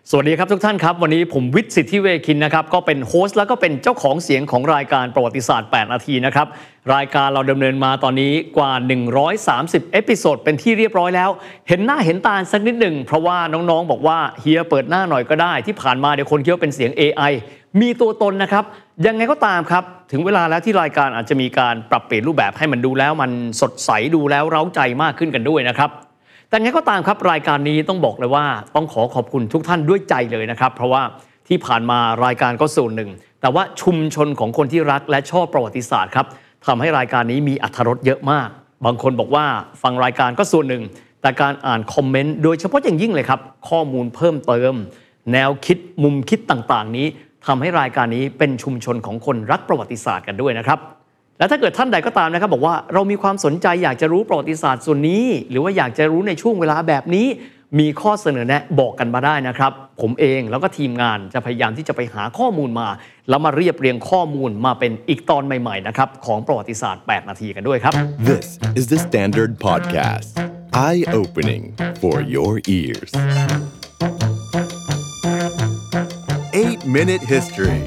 สวัสดีครับทุกท่านครับวันนี้ผมวิทย์สิทธิเวคินนะครับก็เป็นโฮสต์แล้วก็เป็นเจ้าของเสียงของรายการประวัติศาสตร์8นาทีนะครับรายการเราดำเนินมาตอนนี้กว่า130เอพิโซดเป็นที่เรียบร้อยแล้วเห็นหน้าเห็นตาสักนิดหนึ่งเพราะว่าน้องๆบอกว่าเฮียเปิดหน้าหน่อยก็ได้ที่ผ่านมาเดี๋ยวคนคิดว่าเป็นเสียง AI มีตัวตนนะครับยังไงก็ตามครับถึงเวลาแล้วที่รายการอาจจะมีการปรับเปลี่ยนรูปแบบให้มันดูแล้วมันสดใสดูแล้วเร้าใจมากขึ้นกันด้วยนะครับแต่ไงก็ตามครับรายการนี้ต้องบอกเลยว่าต้องขอบคุณทุกท่านด้วยใจเลยนะครับเพราะว่าที่ผ่านมารายการก็ส่วนหนึ่งแต่ว่าชุมชนของคนที่รักและชอบประวัติศาสตร์ครับทำให้รายการนี้มีอรรถรสเยอะมากบางคนบอกว่าฟังรายการก็ส่วนหนึ่งแต่การอ่านคอมเมนต์โดยเฉพาะอย่างยิ่งเลยครับข้อมูลเพิ่มเติมแนวคิดมุมคิดต่างๆนี้ทำให้รายการนี้เป็นชุมชนของคนรักประวัติศาสตร์กันด้วยนะครับและถ้าเกิดท่านใดก็ตามนะครับบอกว่าเรามีความสนใจอยากจะรู้ประวัติศาสตร์ส่วนนี้หรือว่าอยากจะรู้ในช่วงเวลาแบบนี้มีข้อเสนอแนะบอกกันมาได้นะครับผมเองแล้วก็ทีมงานจะพยายามที่จะไปหาข้อมูลมาแล้วมาเรียบเรียงข้อมูลมาเป็นอีกตอนใหม่ๆนะครับของประวัติศาสตร์8นาทีกันด้วยครับ This is the Standard Podcast Eye-opening for your ears 8-Minute History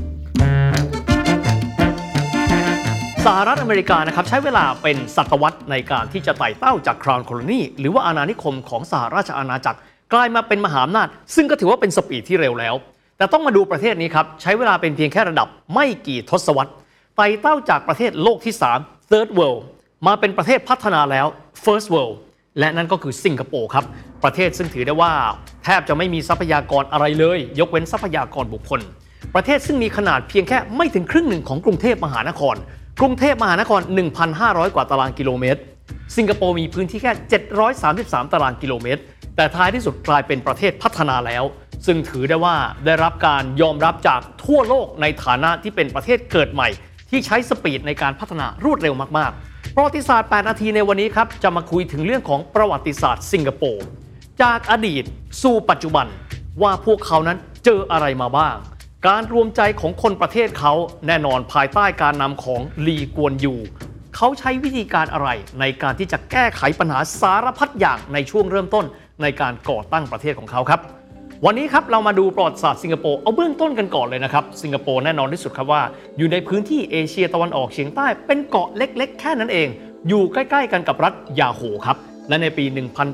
สหรัฐอเมริกานะครับใช้เวลาเป็นศตวรรษในการที่จะไต่เต้าจากคราวน์โคโลนีหรือว่าอาณานิคมของสหราชอาณาจักรกลายมาเป็นมหาอำนาจซึ่งก็ถือว่าเป็นสปีดที่เร็วแล้วแต่ต้องมาดูประเทศนี้ครับใช้เวลาเป็นเพียงแค่ระดับไม่กี่ทศวรรษไต่เต้าจากประเทศโลกที่3 Third World มาเป็นประเทศพัฒนาแล้ว First World และนั่นก็คือสิงคโปร์ครับประเทศซึ่งถือได้ว่าแทบจะไม่มีทรัพยากรอะไรเลยยกเว้นทรัพยากรบุคคลประเทศซึ่งมีขนาดเพียงแค่ไม่ถึงครึ่งหนึ่งของกรุงเทพมหานครกรุงเทพมหานคร 1,500 กว่าตารางกิโลเมตรสิงคโปร์มีพื้นที่แค่733ตารางกิโลเมตรแต่ท้ายที่สุดกลายเป็นประเทศพัฒนาแล้วซึ่งถือได้ว่าได้รับการยอมรับจากทั่วโลกในฐานะที่เป็นประเทศเกิดใหม่ที่ใช้สปีดในการพัฒนารวดเร็วมากๆประวัติศาสตร์8นาทีในวันนี้ครับจะมาคุยถึงเรื่องของประวัติศาสตร์สิงคโปร์จากอดีตสู่ปัจจุบันว่าพวกเขานั้นเจออะไรมาบ้างการรวมใจของคนประเทศเขาแน่นอนภายใต้การนำของลีกวนยูเขาใช้วิธีการอะไรในการที่จะแก้ไขปัญหาสารพัดอย่างในช่วงเริ่มต้นในการก่อตั้งประเทศของเขาครับวันนี้ครับเรามาดูประวัติศาสตร์สิงคโปร์เอาเบื้องต้นกันก่อนเลยนะครับสิงคโปร์แน่นอนที่สุดครับว่าอยู่ในพื้นที่เอเชียตะวันออกเฉียงใต้เป็นเกาะเล็กๆแค่นั้นเองอยู่ใกล้ๆกันกับรัฐยาโฮครับและในปี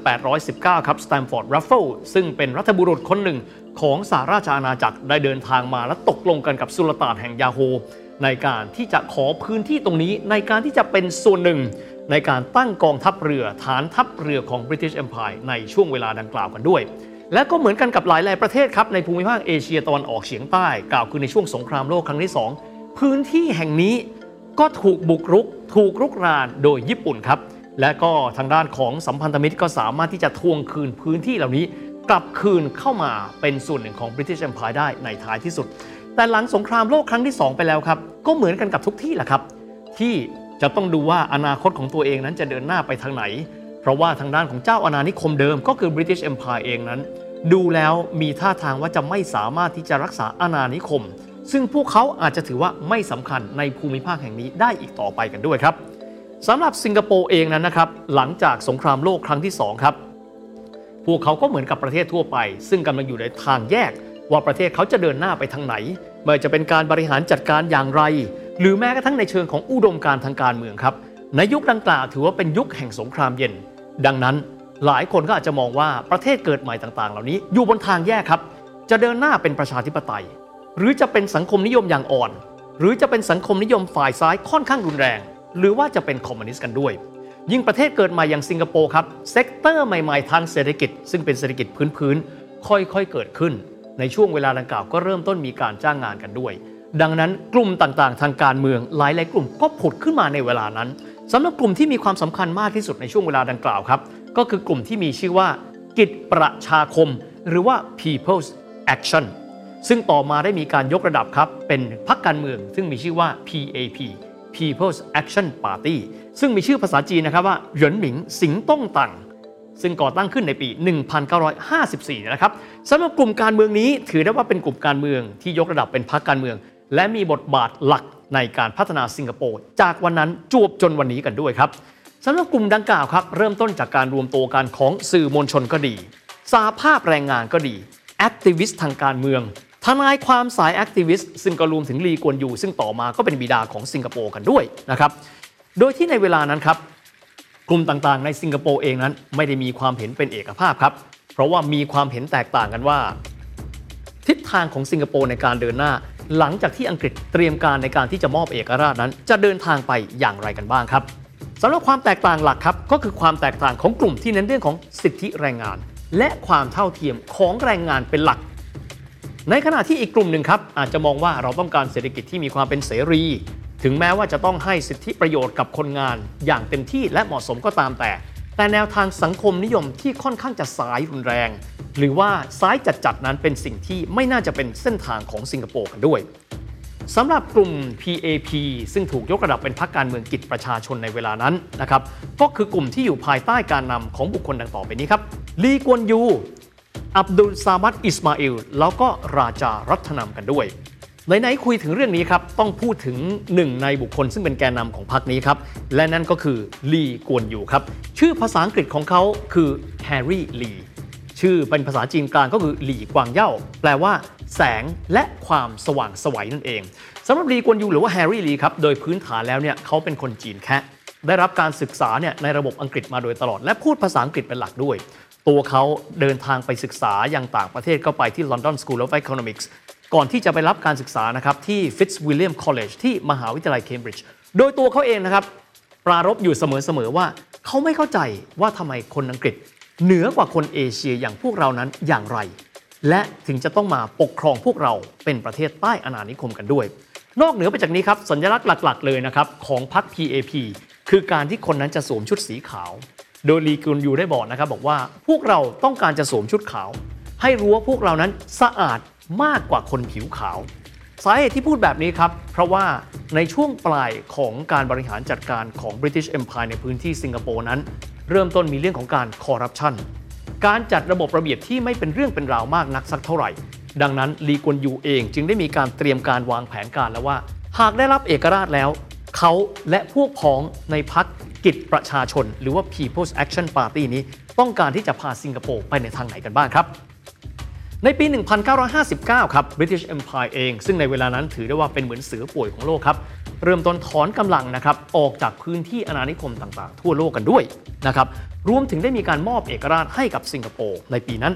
1819 ครับสแตมฟอร์ด รัฟเฟิลซึ่งเป็นรัฐบุรุษคนหนึ่งของสหราชอาณาจักรได้เดินทางมาและตกลงกันกับสุลต่านแห่งยาโฮในการที่จะขอพื้นที่ตรงนี้ในการที่จะเป็นส่วนหนึ่งในการตั้งกองทัพเรือฐานทัพเรือของ British Empire ในช่วงเวลาดังกล่าวกันด้วยและก็เหมือนกันกับหลายๆประเทศครับในภูมิภาคเอเชียตะวันออกเฉียงใต้กล่าวคือในช่วงสงครามโลกครั้งที่2พื้นที่แห่งนี้ก็ถูกบุกรุกถูกรุกรานโดยญี่ปุ่นครับและก็ทางด้านของสัมพันธมิตรก็สามารถที่จะทวงคืนพื้นที่เหล่านี้กลับคืนเข้ามาเป็นส่วนหนึ่งของ British Empire ได้ในท้ายที่สุดแต่หลังสงครามโลกครั้งที่2ไปแล้วครับก็เหมือนกันกับทุกที่แหละครับที่จะต้องดูว่าอนาคตของตัวเองนั้นจะเดินหน้าไปทางไหนเพราะว่าทางด้านของเจ้าอาณานิคมเดิมก็คือ British Empire เองนั้นดูแล้วมีท่าทางว่าจะไม่สามารถที่จะรักษาอาณานิคมซึ่งพวกเขาอาจจะถือว่าไม่สำคัญในภูมิภาคแห่งนี้ได้อีกต่อไปกันด้วยครับสำหรับสิงคโปร์เองนั้นนะครับหลังจากสงครามโลกครั้งที่2ครับพวกเขาก็เหมือนกับประเทศทั่วไปซึ่งกำลังอยู่ในทางแยกว่าประเทศเขาจะเดินหน้าไปทางไหนไม่ว่าจะเป็นการบริหารจัดการอย่างไรหรือแม้กระทั่งในเชิงของอุดมการณ์ทางการเมืองครับในยุคดังกล่าวถือว่าเป็นยุคแห่งสงครามเย็นดังนั้นหลายคนก็อาจจะมองว่าประเทศเกิดใหม่ต่างๆเหล่านี้อยู่บนทางแยกครับจะเดินหน้าเป็นประชาธิปไตยหรือจะเป็นสังคมนิยมอย่างอ่อนหรือจะเป็นสังคมนิยมฝ่ายซ้ายค่อนข้างรุนแรงหรือว่าจะเป็นคอมมิวนิสต์กันด้วยยิ่งประเทศเกิดใหม่อย่างสิงคโปร์ครับเซกเตอร์ใหม่ๆทางเศรษฐกิจซึ่งเป็นเศรษฐกิจพื้นๆค่อยๆเกิดขึ้นในช่วงเวลาดังกล่าวก็เริ่มต้นมีการจ้างงานกันด้วยดังนั้นกลุ่มต่างๆทางการเมืองหลายๆกลุ่มก็ผุดขึ้นมาในเวลานั้นสำหรับกลุ่มที่มีความสำคัญมากที่สุดในช่วงเวลาดังกล่าวครับก็คือกลุ่มที่มีชื่อว่ากิจประชาคมหรือว่า People's Action ซึ่งต่อมาได้มีการยกระดับครับเป็นพรรคการเมืองซึ่งมีชื่อว่า PAP People's Action Party ซึ่งมีชื่อภาษาจีนนะครับว่าเหรินหมิงสิงต้งตังซึ่งก่อตั้งขึ้นในปี 1954 นะครับสำหรับกลุ่มการเมืองนี้ถือได้ว่าเป็นกลุ่มการเมืองที่ยกระดับเป็นพรรคการเมืองและมีบทบาทหลักในการพัฒนาสิงคโปร์จากวันนั้นจวบจนวันนี้กันด้วยครับสำหรับกลุ่มดังกล่าวครับเริ่มต้นจากการรวมตัวกันของสื่อมวลชนก็ดีสหภาพแรงงานก็ดีอคทิวิสต์ทางการเมืองทนายความสายแอคทิวิสต์ซึ่งก็รวมถึงลีกวนยูซึ่งต่อมาก็เป็นบิดาของสิงคโปร์กันด้วยนะครับโดยที่ในเวลานั้นครับกลุ่มต่างๆในสิงคโปร์เองนั้นไม่ได้มีความเห็นเป็นเอกภาพครับเพราะว่ามีความเห็นแตกต่างกันว่าทิศทางของสิงคโปร์ในการเดินหน้าหลังจากที่อังกฤษเตรียมการในการที่จะมอบเอกราชนั้นจะเดินทางไปอย่างไรกันบ้างครับสำหรับความแตกต่างหลักครับก็คือความแตกต่างของกลุ่มที่เน้นเรื่องของสิทธิแรงงานและความเท่าเทียมของแรงงานเป็นหลักในขณะที่อีกกลุ่มหนึ่งครับอาจจะมองว่าเราต้องการเศรษฐกิจที่มีความเป็นเสรีถึงแม้ว่าจะต้องให้สิทธิประโยชน์กับคนงานอย่างเต็มที่และเหมาะสมก็ตามแต่แนวทางสังคมนิยมที่ค่อนข้างจะซ้ายรุนแรงหรือว่าซ้ายจัดๆนั้นเป็นสิ่งที่ไม่น่าจะเป็นเส้นทางของสิงคโปร์กันด้วยสำหรับกลุ่ม PAP ซึ่งถูกยกระดับเป็นพรรคการเมืองกิจประชาชนในเวลานั้นนะครับก็คือกลุ่มที่อยู่ภายใต้การนำของบุคคลดังต่อไปนี้ครับลีกวนยูอับดุลซามัดอิสมาอิลแล้วก็ราจารัตนำกันด้วยไหนๆคุยถึงเรื่องนี้ครับต้องพูดถึงหนึ่งในบุคคลซึ่งเป็นแกนนำของพรรคนี้ครับและนั่นก็คือลีกวนยูครับชื่อภาษาอังกฤษของเขาคือแฮร์รี่ลีชื่อเป็นภาษาจีนกลางก็คือหลี่กวางเย่าแปลว่าแสงและความสว่างไสวนั่นเองสำหรับลีกวนยูหรือว่าแฮร์รี่ลีครับโดยพื้นฐานแล้วเนี่ยเขาเป็นคนจีนแคะได้รับการศึกษาเนี่ยในระบบอังกฤษมาโดยตลอดและพูดภาษาอังกฤษเป็นหลักด้วยตัวเขาเดินทางไปศึกษาอย่างต่างประเทศก็ไปที่ London School of Economics ก่อนที่จะไปรับการศึกษานะครับที่ Fitzwilliam College ที่มหาวิทยาลัยเคมบริดจ์โดยตัวเขาเองนะครับปรารภอยู่เสมอว่าเขาไม่เข้าใจว่าทำไมคนอังกฤษเหนือกว่าคนเอเชียอย่างพวกเรานั้นอย่างไรและถึงจะต้องมาปกครองพวกเราเป็นประเทศใต้อาณานิคมกันด้วยนอกเหนือไปจากนี้ครับสัญลักษณ์หลักๆเลยนะครับของพรรค PAP คือการที่คนนั้นจะสวมชุดสีขาวโดยลีกวนยูได้บอกนะครับบอกว่าพวกเราต้องการจะสวมชุดขาวให้รู้ว่าพวกเรานั้นสะอาดมากกว่าคนผิวขาวสาเหตุที่พูดแบบนี้ครับเพราะว่าในช่วงปลายของการบริหารจัดการของ British Empire ในพื้นที่สิงคโปร์นั้นเริ่มต้นมีเรื่องของการคอร์รัปชันการจัดระบบระเบียบที่ไม่เป็นเรื่องเป็นราวมากนักสักเท่าไหร่ดังนั้นลีกวนยูเองจึงได้มีการเตรียมการวางแผนการแล้วว่าหากได้รับเอกราชแล้วเขาและพวกพ้องในพรรคกิจประชาชนหรือว่า People's Action Party นี้ต้องการที่จะพาสิงคโปร์ไปในทางไหนกันบ้างครับในปี 1959 ครับ British Empire เองซึ่งในเวลานั้นถือได้ว่าเป็นเหมือนเสือป่วยของโลกครับเริ่มต้นถอนกำลังนะครับออกจากพื้นที่อาณานิคมต่างๆทั่วโลกกันด้วยนะครับรวมถึงได้มีการมอบเอกราชให้กับสิงคโปร์ในปีนั้น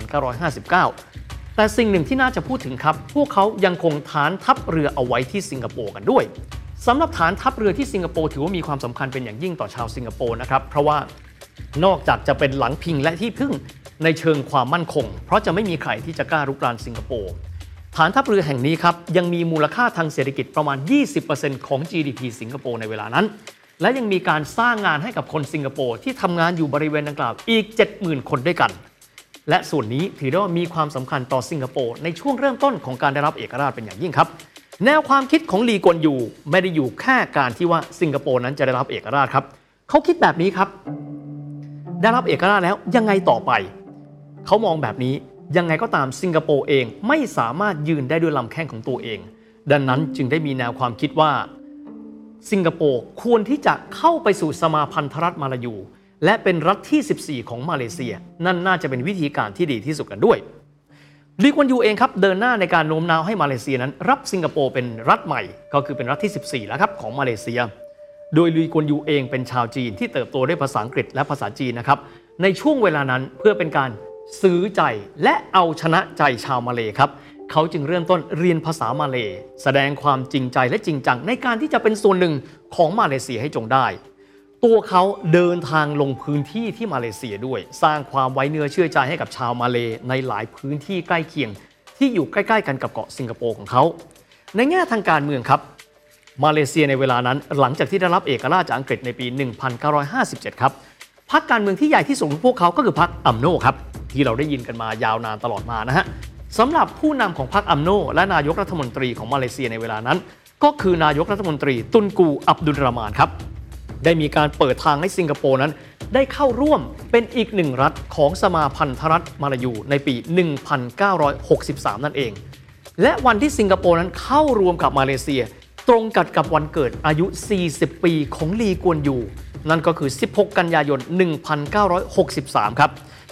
1959 แต่สิ่งหนึ่งที่น่าจะพูดถึงครับพวกเขายังคงฐานทัพเรือเอาไว้ที่สิงคโปร์กันด้วยสำหรับฐานทัพเรือที่สิงคโปร์ถือว่ามีความสำคัญเป็นอย่างยิ่งต่อชาวสิงคโปร์นะครับเพราะว่านอกจากจะเป็นหลังพิงและที่พึ่งในเชิงความมั่นคงเพราะจะไม่มีใครที่จะกล้ารุกรานสิงคโปร์ฐานทัพเรือแห่งนี้ครับยังมีมูลค่าทางเศรษฐกิจประมาณ 20% ของ GDP สิงคโปร์ในเวลานั้นและยังมีการสร้างงานให้กับคนสิงคโปร์ที่ทำงานอยู่บริเวณดังกล่าวอีก 70,000 คนด้วยกันและส่วนนี้ถือได้ว่ามีความสำคัญต่อสิงคโปร์ในช่วงเริ่มต้นของการได้รับเอกราชเป็นอย่างยิ่งครับแนวความคิดของลีกวนยูไม่ได้อยู่แค่การที่ว่าสิงคโปร์นั้นจะได้รับเอกราชครับเขาคิดแบบนี้ครับได้รับเอกราชแล้วยังไงต่อไปเขามองแบบนี้ยังไงก็ตามสิงคโปร์เองไม่สามารถยืนได้ด้วยลำแข้งของตัวเองดังนั้นจึงได้มีแนวความคิดว่าสิงคโปร์ควรที่จะเข้าไปสู่สมาพันธรัฐมาลายูและเป็นรัฐที่ 14 ของมาเลเซียนั่นน่าจะเป็นวิธีการที่ดีที่สุดกันด้วยลีกวนยูเองครับเดินหน้าในการโน้มน้าวให้มาเลเซียนั้นรับสิงคโปร์เป็นรัฐใหม่ก็คือเป็นรัฐที่ 14 แล้วครับของมาเลเซียโดยลีกวนยูเองเป็นชาวจีนที่เติบโตด้วยภาษาอังกฤษและภาษาจีนนะครับในช่วงเวลานั้นเพื่อเป็นการซื้อใจและเอาชนะใจชาวมาเลย์ครับเขาจึงเริ่มต้นเรียนภาษามาเลย์แสดงความจริงใจและจริงจังในการที่จะเป็นส่วนหนึ่งของมาเลเซียให้จงได้ตัวเขาเดินทางลงพื้นที่ที่มาเลเซียด้วยสร้างความไว้เนื้อเชื่อใจให้กับชาวมาเลย์ในหลายพื้นที่ใกล้เคียงที่อยู่ใกล้ๆกันกับเกาะสิงคโปร์ของเขาในแง่ทางการเมืองครับมาเลเซียในเวลานั้นหลังจากที่ได้รับเอกราชจากอังกฤษในปี 1957 ครับพรรคการเมืองที่ใหญ่ที่สุดของพวกเขาก็คือพรรคอัมโนครับที่เราได้ยินกันมายาวนานตลอดมานะฮะสำหรับผู้นำของพรรคอัมโนและนายกรัฐมนตรีของมาเลเซียในเวลานั้นก็คือนายกรัฐมนตรีตุนกูอับดุลรามานครับได้มีการเปิดทางให้สิงคโปร์นั้นได้เข้าร่วมเป็นอีกหนึ่งรัฐของสมาพันธรัฐมาลายูในปี 1963 นั่นเองและวันที่สิงคโปร์นั้นเข้ารวมกับมาเลเซียตรงกับวันเกิดอายุ 40 ปีของลีกวนยูนั่นก็คือ 16 กันยายน 1963 ครับ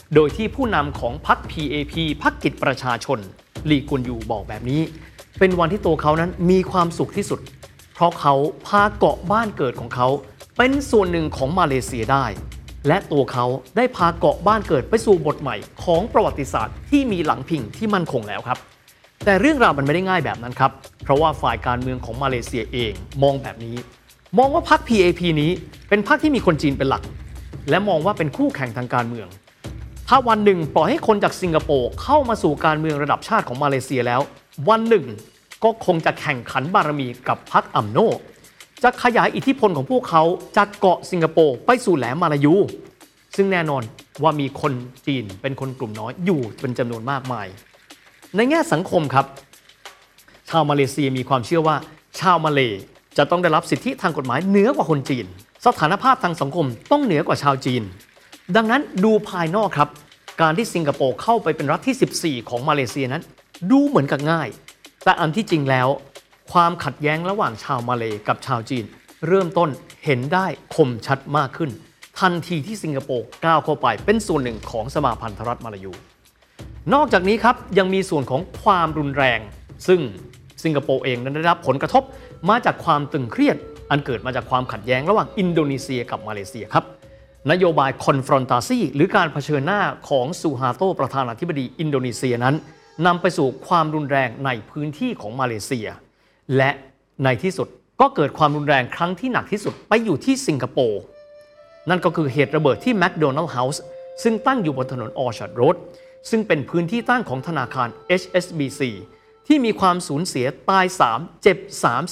โดยที่ผู้นำของพรรค PAP พรรคกิจประชาชนลีกวนยูบอกแบบนี้เป็นวันที่ตัวเขานั้นมีความสุขที่สุดเพราะเขาพาเกาะบ้านเกิดของเขาเป็นส่วนหนึ่งของมาเลเซียได้และตัวเขาได้พาเกาะบ้านเกิดไปสู่บทใหม่ของประวัติศาสตร์ที่มีหลังพิงที่มั่นคงแล้วครับแต่เรื่องราวมันไม่ได้ง่ายแบบนั้นครับเพราะว่าฝ่ายการเมืองของมาเลเซียเองมองแบบนี้มองว่าพรรค PAP นี้เป็นพรรคที่มีคนจีนเป็นหลักและมองว่าเป็นคู่แข่งทางการเมืองถ้าวันหนึ่งปล่อยให้คนจากสิงคโปร์เข้ามาสู่การเมืองระดับชาติของมาเลเซียแล้ววันหนึ่งก็คงจะแข่งขันบารมีกับพรรคอัมโนจะขยายอิทธิพลของพวกเขาจากเกาะสิงคโปร์ไปสู่แหลมมาลายูซึ่งแน่นอนว่ามีคนจีนเป็นคนกลุ่มน้อยอยู่เป็นจำนวนมากมายในแง่สังคมครับชาวมาเลเซียมีความเชื่อว่าชาวมาเลจะต้องได้รับสิทธิทางกฎหมายเหนือกว่าคนจีนสถานภาพทางสังคมต้องเหนือกว่าชาวจีนดังนั้นดูภายนอกครับการที่สิงคโปร์เข้าไปเป็นรัฐที่14ของมาเลเซียนั้นดูเหมือนกับง่ายแต่อันที่จริงแล้วความขัดแย้งระหว่างชาวมาเลกับชาวจีนเริ่มต้นเห็นได้คมชัดมากขึ้นทันทีที่สิงคโปร์ก้าวเข้าไปเป็นส่วนหนึ่งของสมาพันธรัฐมาลายูนอกจากนี้ครับยังมีส่วนของความรุนแรงซึ่งสิงคโปร์เองนั้นได้รับผลกระทบมาจากความตึงเครียดอันเกิดมาจากความขัดแย้งระหว่างอินโดนีเซียกับมาเลเซียครับนโยบายคอนฟรอนตาซีหรือการเผชิญหน้าของซูฮาโตประธานาธิบดีอินโดนีเซียนั้นนำไปสู่ความรุนแรงในพื้นที่ของมาเลเซียและในที่สุดก็เกิดความรุนแรงครั้งที่หนักที่สุดไปอยู่ที่สิงคโปร์นั่นก็คือเหตุระเบิดที่แมคโดนัลด์เฮาส์ซึ่งตั้งอยู่บนถนนออร์ชาร์ดโรดซึ่งเป็นพื้นที่ตั้งของธนาคาร HSBC ที่มีความสูญเสียตาย3เจ็บ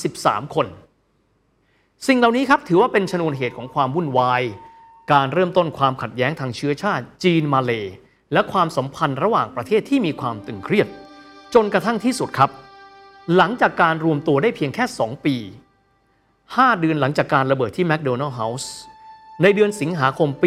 33คนสิ่งเหล่านี้ครับถือว่าเป็นชนวนเหตุของความวุ่นวายการเริ่มต้นความขัดแย้งทางเชื้อชาติจีนมาเลและความสัมพันธ์ระหว่างประเทศที่มีความตึงเครียดจนกระทั่งที่สุดครับหลังจากการรวมตัวได้เพียงแค่2ปี5เดือนหลังจากการระเบิดที่แมคโดนัลด์เฮาส์ในเดือนสิงหาคมปี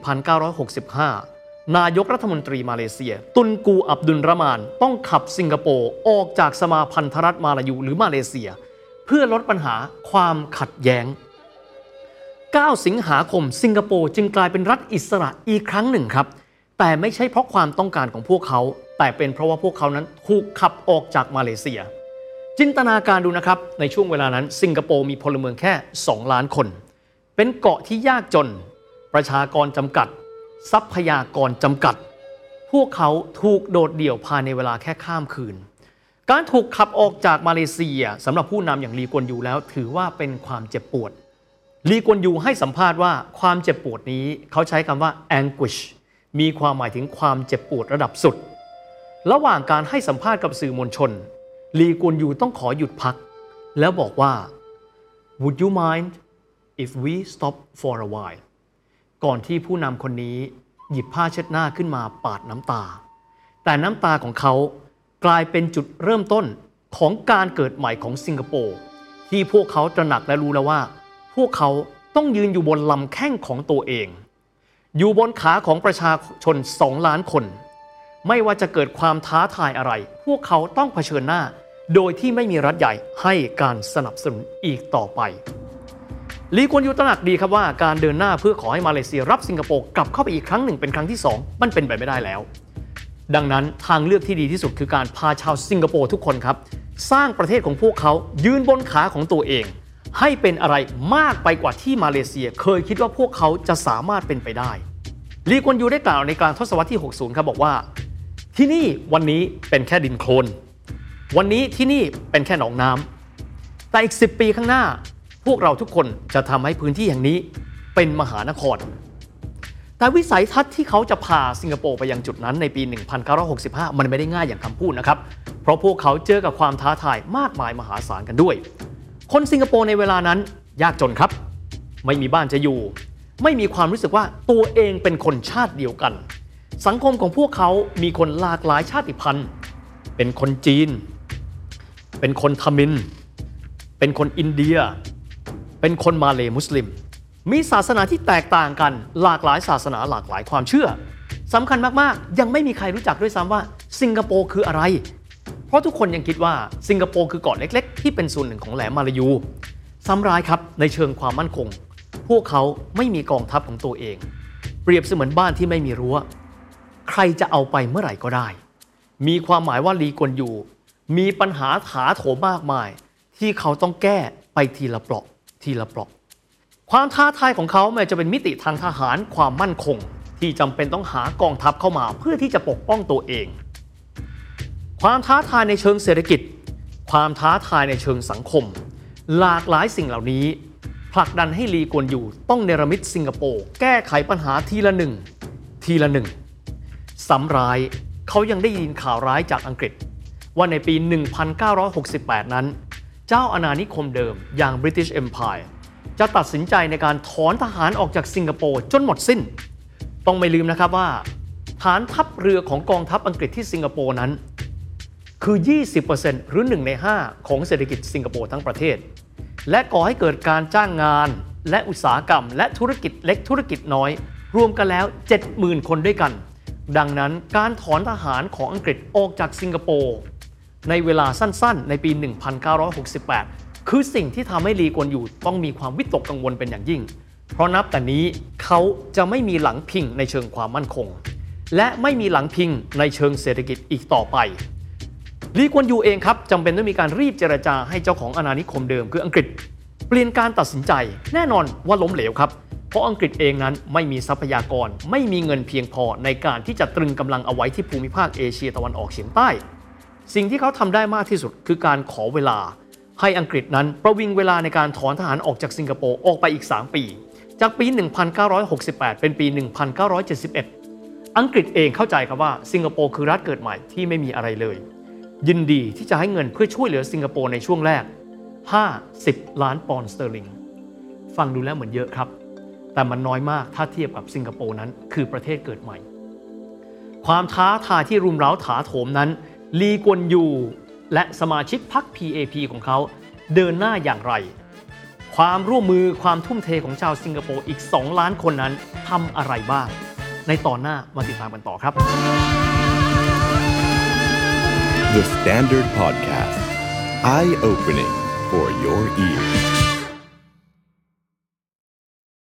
1965 นายกรัฐมนตรีมาเลเซียตุนกูอับดุลรามานต้องขับสิงคโปร์ออกจากสมาพันธรัฐมาลายูหรือมาเลเซียเพื่อลดปัญหาความขัดแย้ง9 สิงหาคมสิงคโปร์จึงกลายเป็นรัฐอิสระอีกครั้งหนึ่งครับแต่ไม่ใช่เพราะความต้องการของพวกเขาแต่เป็นเพราะว่าพวกเขานั้นถูกขับออกจากมาเลเซียจินตนาการดูนะครับในช่วงเวลานั้นสิงคโปร์มีพลเมืองแค่2 ล้านคนเป็นเกาะที่ยากจนประชากรจำกัดทรัพยากรจำกัดพวกเขาถูกโดดเดี่ยวภายในเวลาแค่ข้ามคืนการถูกขับออกจากมาเลเซียสำหรับผู้นำอย่างลีกวนยูแล้วถือว่าเป็นความเจ็บปวดลีกวนยูให้สัมภาษณ์ว่าความเจ็บปวดนี้เขาใช้คำว่า anguish มีความหมายถึงความเจ็บปวดระดับสุดระหว่างการให้สัมภาษณ์กับสื่อมวลชนลีกวนยูต้องขอหยุดพักแล้วบอกว่า Would you mind if we stop for a while ก่อนที่ผู้นำคนนี้หยิบผ้าเช็ดหน้าขึ้นมาปาดน้ำตาแต่น้ำตาของเขากลายเป็นจุดเริ่มต้นของการเกิดใหม่ของสิงคโปร์ที่พวกเขาตระหนักและรู้แล้วว่าพวกเขาต้องยืนอยู่บนลำแข้งของตัวเองอยู่บนขาของประชาชน2 ล้านคนไม่ว่าจะเกิดความท้าทายอะไรพวกเขาต้องเผชิญหน้าโดยที่ไม่มีรัฐใหญ่ให้การสนับสนุนอีกต่อไปลีกวนยูตระหนักดีครับว่าการเดินหน้าเพื่อขอให้มาเลเซียรับสิงคโปร์กลับเข้าไปอีกครั้งหนึ่งเป็นครั้งที่2มันเป็นไปไม่ได้แล้วดังนั้นทางเลือกที่ดีที่สุดคือการพาชาวสิงคโปร์ทุกคนครับสร้างประเทศของพวกเขายืนบนขาของตัวเองให้เป็นอะไรมากไปกว่าที่มาเลเซียเคยคิดว่าพวกเขาจะสามารถเป็นไปได้ลีกวนยูได้กล่าวในกลางทศวรรษที่60ครับบอกว่าที่นี่วันนี้เป็นแค่ดินโคลนวันนี้ที่นี่เป็นแค่หนองน้ำแต่อีก10 ปีข้างหน้าพวกเราทุกคนจะทำให้พื้นที่แห่งนี้เป็นมหานครแต่วิสัยทัศน์ที่เขาจะพาสิงคโปร์ไปยังจุดนั้นในปี 1965 มันไม่ได้ง่ายอย่างคำพูดนะครับเพราะพวกเขาเจอกับความท้าทายมากมายมหาศาลกันด้วยคนสิงคโปร์ในเวลานั้นยากจนครับไม่มีบ้านจะอยู่ไม่มีความรู้สึกว่าตัวเองเป็นคนชาติเดียวกันสังคมของพวกเขามีคนหลากหลายชาติพันธุ์เป็นคนจีนเป็นคนทมิฬเป็นคนอินเดียเป็นคนมาเลย์มุสลิมมีศาสนาที่แตกต่างกันหลากหลายศาสนาหลากหลายความเชื่อสำคัญมากๆยังไม่มีใครรู้จักด้วยซ้ำว่าสิงคโปร์คืออะไรเพราะทุกคนยังคิดว่าสิงคโปร์คือเกาะเล็กๆที่เป็นส่วนหนึ่งของแหลมมาลายูซ้ำร้ายครับในเชิงความมั่นคงพวกเขาไม่มีกองทัพของตัวเองเปรียบเสมือนบ้านที่ไม่มีรั้วใครจะเอาไปเมื่อไหร่ก็ได้มีความหมายว่าลีกวนยูมีปัญหาถาโถมมากมายที่เขาต้องแก้ไปทีละเปราะทีละเปราะความท้าทายของเขาแม้จะเป็นมิติทางทหารความมั่นคงที่จำเป็นต้องหากองทัพเข้ามาเพื่อที่จะปกป้องตัวเองความท้าทายในเชิงเศรษฐกิจความท้าทายในเชิงสังคมหลากหลายสิ่งเหล่านี้ผลักดันให้ลีกวนยูต้องเนรมิตสิงคโปร์แก้ไขปัญหาทีละหนึ่งซ้ำร้ายเขายังได้ยินข่าวร้ายจากอังกฤษว่าในปี 1968 นั้นเจ้าอาณานิคมเดิมอย่าง British Empire จะตัดสินใจในการถอนทหารออกจากสิงคโปร์จนหมดสิ้นต้องไม่ลืมนะครับว่าฐานทัพเรือของกองทัพอังกฤษที่สิงคโปร์นั้นคือ 20% หรือ 1 ใน 5 ของเศรษฐกิจสิงคโปร์ทั้งประเทศและก่อให้เกิดการจ้างงานและอุตสาหกรรมและธุรกิจเล็กธุรกิจน้อยรวมกันแล้ว 70,000 คนด้วยกันดังนั้นการถอนทหารของอังกฤษออกจากสิงคโปร์ในเวลาสั้นๆในปี 1968 คือสิ่งที่ทำให้ลีกวนยูต้องมีความวิตกกังวลเป็นอย่างยิ่งเพราะนับแต่นี้เขาจะไม่มีหลังพิงในเชิงความมั่นคงและไม่มีหลังพิงในเชิงเศรษฐกิจอีกต่อไปลีกวนยูเองครับจำเป็นต้องมีการรีบเจรจาให้เจ้าของอาณานิคมเดิมคืออังกฤษเปลี่ยนการตัดสินใจแน่นอนว่าล้มเหลวครับเพราะอังกฤษเองนั้นไม่มีทรัพยากรไม่มีเงินเพียงพอในการที่จะตรึงกำลังเอาไว้ที่ภูมิภาคเอเชียตะวันออกเฉียงใต้สิ่งที่เขาทำได้มากที่สุดคือการขอเวลาให้อังกฤษนั้นประวิงเวลาในการถอนทหารออกจากสิงคโปร์ออกไปอีก3ปีจากปี 1968 เป็นปี 1971 อังกฤษเองเข้าใจครับว่าสิงคโปร์คือรัฐเกิดใหม่ที่ไม่มีอะไรเลยยินดีที่จะให้เงินเพื่อช่วยเหลือสิงคโปร์ในช่วงแรก50 ล้านปอนด์สเตอร์ลิงฟังดูแล้วเหมือนเยอะครับแต่มันน้อยมากถ้าเทียบกับสิงคโปร์นั้นคือประเทศเกิดใหม่ความท้าทายที่รุมเร้าถาโถมนั้นลีกวนยูและสมาชิกพรรค PAP ของเขาเดินหน้าอย่างไรความร่วมมือความทุ่มเทของชาวสิงคโปร์อีก2 ล้านคนนั้นทำอะไรบ้างในตอนหน้ามาติดตามกันต่อครับ The Standard Podcast Eye Opening for your ears